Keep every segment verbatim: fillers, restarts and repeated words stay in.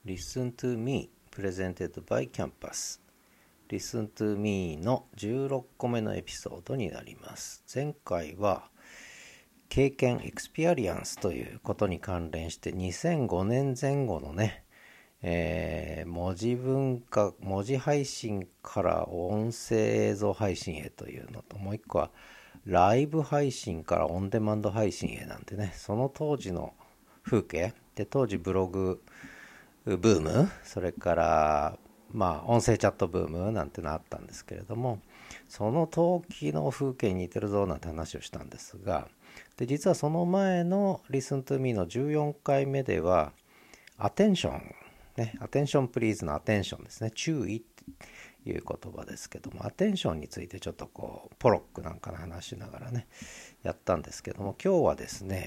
Listen to Me Presented by Campus Listen to Me のじゅうろっこめのエピソードになります。前回は経験エクスペリエンスということに関連してにせんごねんぜん後のね、えー、文字文化文字配信から音声映像配信へというのと、もう一個はライブ配信からオンデマンド配信へなんてね、その当時の風景で、当時ブログブーム、それからまあ音声チャットブームなんてのあったんですけれども、その時の風景に似てるぞなんて話をしたんですが、で実はその前の Listen to Me のじゅうよんかいめではアテンションね、アテンションプリーズのアテンションですね、注意っていう言葉ですけども、アテンションについてちょっとこうポロックなんかの話しながらねやったんですけども、今日はですね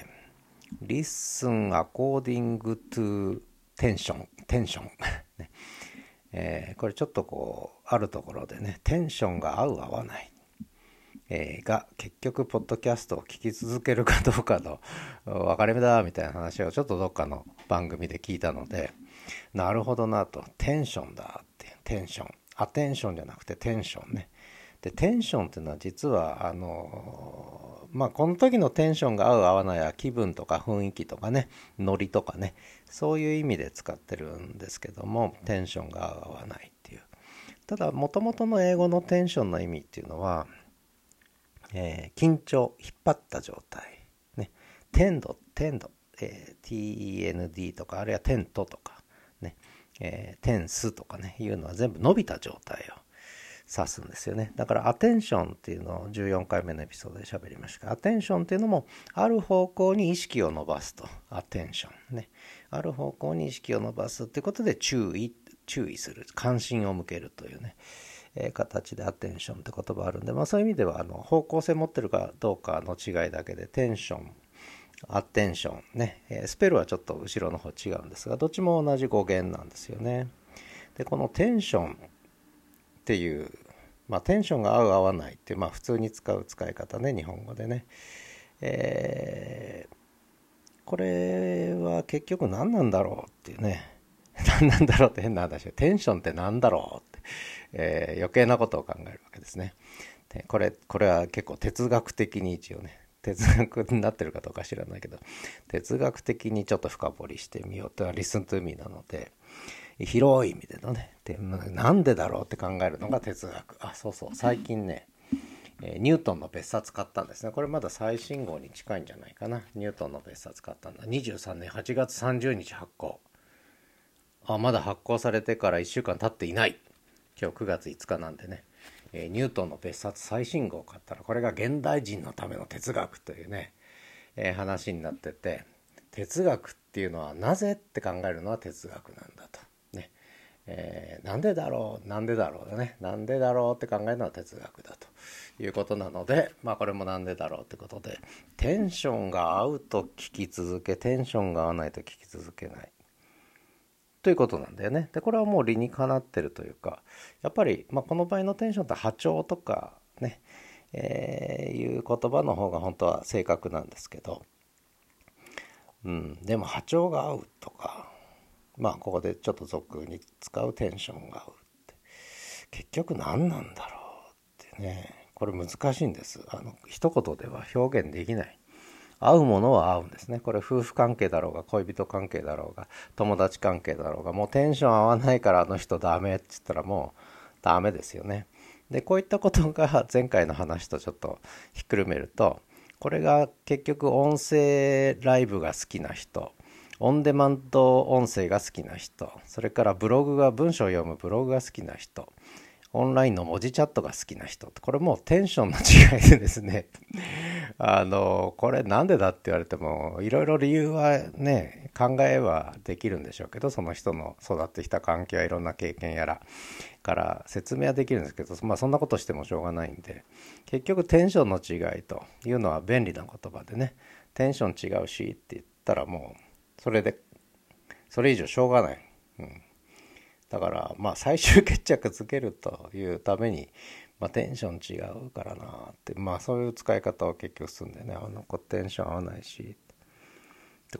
Listen according to tension テンションね、えー、これちょっとこうあるところでね、テンションが合う合わない、えー、が結局ポッドキャストを聞き続けるかどうかの分かれ目だみたいな話をちょっとどっかの番組で聞いたので、なるほどなと、テンションだって、テンション、アテンションじゃなくてテンションね。でテンションっていうのは実はあのまあこの時のテンションが合う合わないは気分とか雰囲気とかね、ノリとかね、そういう意味で使ってるんですけども、テンションが合う合わないっていう。ただ元々の英語のテンションの意味っていうのは、えー、緊張、引っ張った状態ね、テンドテンド、えー、ティーイーエヌディー とか、あるいはテントとかね、えー、テンスとかねいうのは全部伸びた状態を指すんですよね。だからアテンションっていうのをじゅうよんかいめのエピソードで喋りましたが、アテンションっていうのもある方向に意識を伸ばすと、アテンションね、ある方向に意識を伸ばすっていうことで注意注意する、関心を向けるというね、えー、形でアテンションって言葉あるんで、まあそういう意味ではあの方向性持ってるかどうかの違いだけで、テンションアテンションね、えー、スペルはちょっと後ろの方違うんですが、どっちも同じ語源なんですよね。でこのテンションっていう、まあ、テンションが合う合わないっていう、まあ、普通に使う使い方ね、日本語でね、えー、これは結局何なんだろうっていうね、何なんだろうって変な話で、テンションって何だろうって、えー、余計なことを考えるわけですね。でこれこれは結構哲学的に一応ね、哲学になってるかどうか知らないけど、哲学的にちょっと深掘りしてみようというのは Listen to Me なので、広い意味でのね、でなんでだろうって考えるのが哲学。あ、そうそう、最近ね、えー、ニュートンの別冊買ったんですね。これまだ最新号に近いんじゃないかな。ニュートンの別冊買ったんだ。にじゅうさんねんはちがつさんじゅうにち発行。あ、まだ発行されてからいっしゅうかん経っていない。今日くがついつかなんでね、えー、ニュートンの別冊最新号を買ったら、これが現代人のための哲学というね、えー、話になってて、哲学っていうのはなぜって考えるのは哲学なんだとね、えー、なんでだろうなんでだろうだね、なんでだろうって考えるのは哲学だということなので、まあこれもなんでだろうってことで、テンションが合うと聞き続け、テンションが合わないと聞き続けないということなんだよね。でこれはもう理にかなってるというか、やっぱり、まあ、この場合のテンションって波長とかね、えー、いう言葉の方が本当は正確なんですけど、うん、でも波長が合うとか、まあここでちょっと俗に使うテンションが合うって結局何なんだろうってね、これ難しいんです。あの一言では表現できない。合うものは合うんですね。これ夫婦関係だろうが恋人関係だろうが友達関係だろうが、もうテンション合わないからあの人ダメって言ったらもうダメですよね。でこういったことが前回の話とちょっとひっくるめると、これが結局音声ライブが好きな人、オンデマンド音声が好きな人、それからブログが文章を読むブログが好きな人、オンラインの文字チャットが好きな人、これもうテンションの違いでですねあのこれなんでだって言われてもいろいろ理由はね、考えはできるんでしょうけど、その人の育ってきた環境やいろんな経験やらから説明はできるんですけど、まあそんなことしてもしょうがないんで、結局テンションの違いというのは便利な言葉でね、テンション違うしって言ったらもうそれでそれ以上しょうがない、うん、だからまあ最終決着つけるというために、まあ、テンション違うからなって、まあそういう使い方を結局するんでね、あの子テンション合わないしで、これ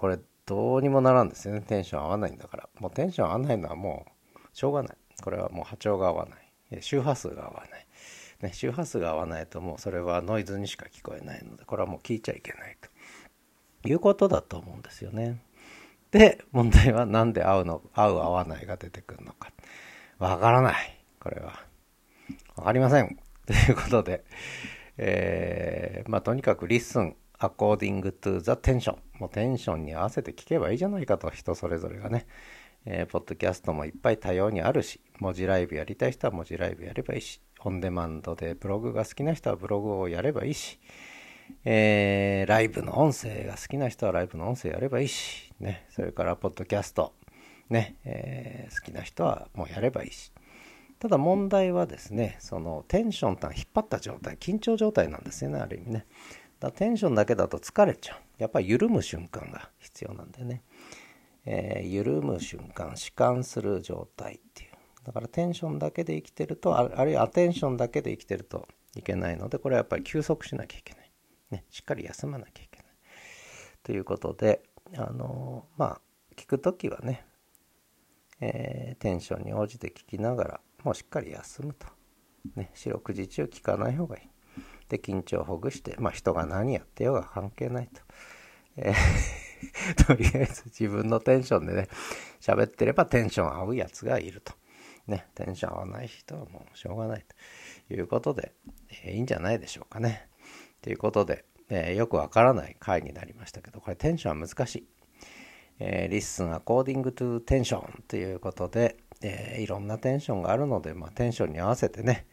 どうにもならんですよね。テンション合わないんだから。もうテンション合わないのはもうしょうがない。これはもう波長が合わない。周波数が合わない。ね、周波数が合わないともうそれはノイズにしか聞こえないので、これはもう聞いちゃいけないということだと思うんですよね。で、問題はなんで合うの、合う合わないが出てくるのか。わからない。これは。わかりません。ということで、えー、まあとにかく listen according to the tension。もうテンションに合わせて聞けばいいじゃないかと、人それぞれがね。えー、ポッドキャストもいっぱい多様にあるし、文字ライブやりたい人は文字ライブやればいいし、オンデマンドでブログが好きな人はブログをやればいいし、えー、ライブの音声が好きな人はライブの音声やればいいし、ね、それからポッドキャスト、ねえー、好きな人はもうやればいいし。ただ問題はですね、そのテンションと引っ張った状態、緊張状態なんですよね、ある意味ね。だテンションだけだと疲れちゃう。やっぱり緩む瞬間が必要なんだよね。えー、緩む瞬間、弛緩する状態っていう。だからテンションだけで生きてると、あるいはアテンションだけで生きてるといけないので、これはやっぱり休息しなきゃいけない。ね、しっかり休まなきゃいけない。ということで、あのー、まあ、聞くときはね、えー、テンションに応じて聞きながら、もうしっかり休むと。ね、四六時中聞かない方がいい。で、緊張をほぐして、まあ、人が何やってようが関係ないと。えー、とりあえず自分のテンションでね、喋ってればテンション合うやつがいると。ね、テンション合わない人はもうしょうがないということで、えー、いいんじゃないでしょうかね。ということで、えー、よくわからない回になりましたけど、これテンションは難しい。えー、Listen according to tension ということで、えー、いろんなテンションがあるので、まあ、テンションに合わせてね、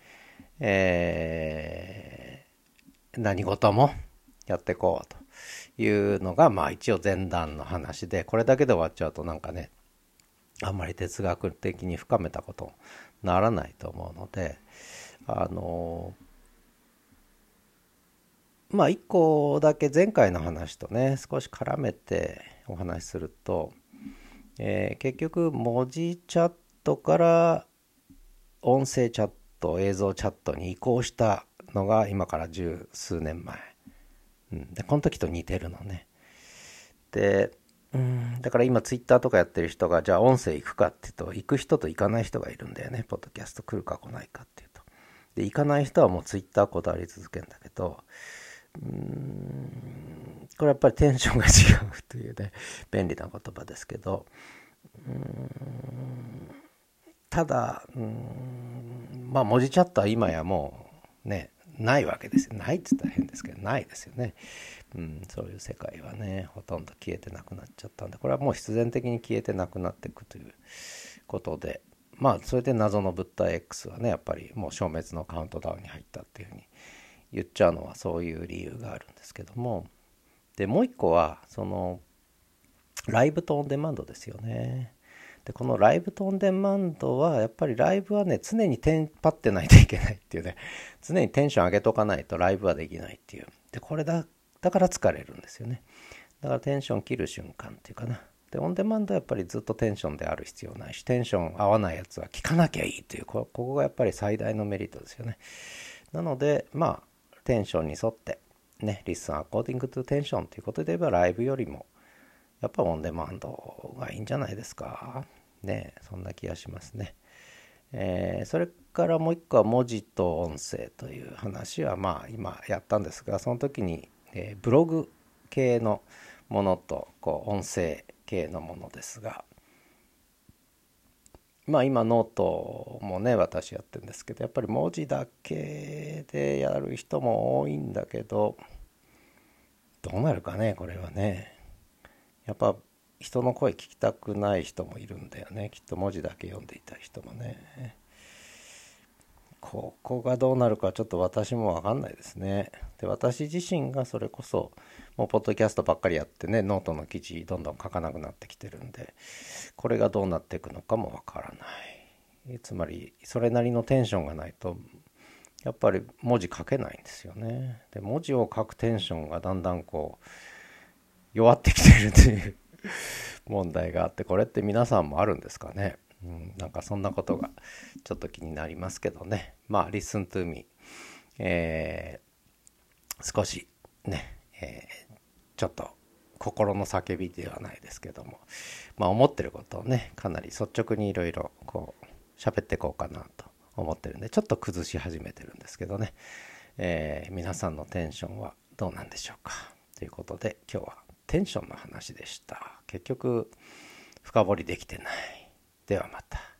えー、何事もやっていこうというのが、まあ一応前段の話で、これだけで終わっちゃうとなんかね、あんまり哲学的に深めたことにならないと思うので、あのまあ一個だけ前回の話とね少し絡めてお話しすると、えー、結局文字チャットから音声チャット、映像チャットに移行したのが今から十数年前、うん、でこの時と似てるのね。で、うん、だから今ツイッターとかやってる人がじゃあ音声行くかっていうと、行く人と行かない人がいるんだよね。ポッドキャスト来るか来ないかっていうと、で行かない人はもうツイッターこだわり続けるんだけど、うーんこれやっぱりテンションが違うというね、便利な言葉ですけど、うーんただうーんまあ文字チャットは今やもうねないわけですよ。ないって言ったら変ですけどないですよね。うん、そういう世界はねほとんど消えてなくなっちゃったんで、これはもう必然的に消えてなくなっていくということで、まあそれで謎の物体 X はねやっぱりもう消滅のカウントダウンに入ったっていうふうに言っちゃうのはそういう理由があるんですけども、でもう一個はそのライブとオンデマンドですよね。でこのライブとオンデマンドはやっぱりライブはね常にテンパってないといけないっていうね、常にテンション上げとかないとライブはできないっていう、でこれだだから疲れるんですよね。だからテンション切る瞬間っていうかな。でオンデマンドはやっぱりずっとテンションである必要ないし、テンション合わないやつは聞かなきゃいいという、ここがやっぱり最大のメリットですよね。なのでまあテンションに沿ってね、Listen according to tension ということで言えばライブよりもやっぱオンデマンドがいいんじゃないですかね。そんな気がしますね。えー、それからもう一個は文字と音声という話はまあ今やったんですが、その時に、えー、ブログ系のものとこう音声系のものですが、まあ今ノートもね私やってるんですけど、やっぱり文字だけでやる人も多いんだけど、どうなるかねこれはね。やっぱ人の声聞きたくない人もいるんだよね、きっと文字だけ読んでいた人もね。ここがどうなるかちょっと私も分かんないですね。で私自身がそれこそもうポッドキャストばっかりやってね、ノートの記事どんどん書かなくなってきてるんで、これがどうなっていくのかも分からない。つまりそれなりのテンションがないとやっぱり文字書けないんですよね。で文字を書くテンションがだんだんこう弱ってきてるという問題があって、これって皆さんもあるんですかね。うん、なんかそんなことがちょっと気になりますけどね。まあ Listen to me、えー、少しね、えー、ちょっと心の叫びではないですけども、まあ思ってることをねかなり率直にいろいろこう喋っていこうかなと思ってるんで、ちょっと崩し始めてるんですけどね、えー、皆さんのテンションはどうなんでしょうかということで、今日はテンションの話でした。結局深掘りできてない。ではまた。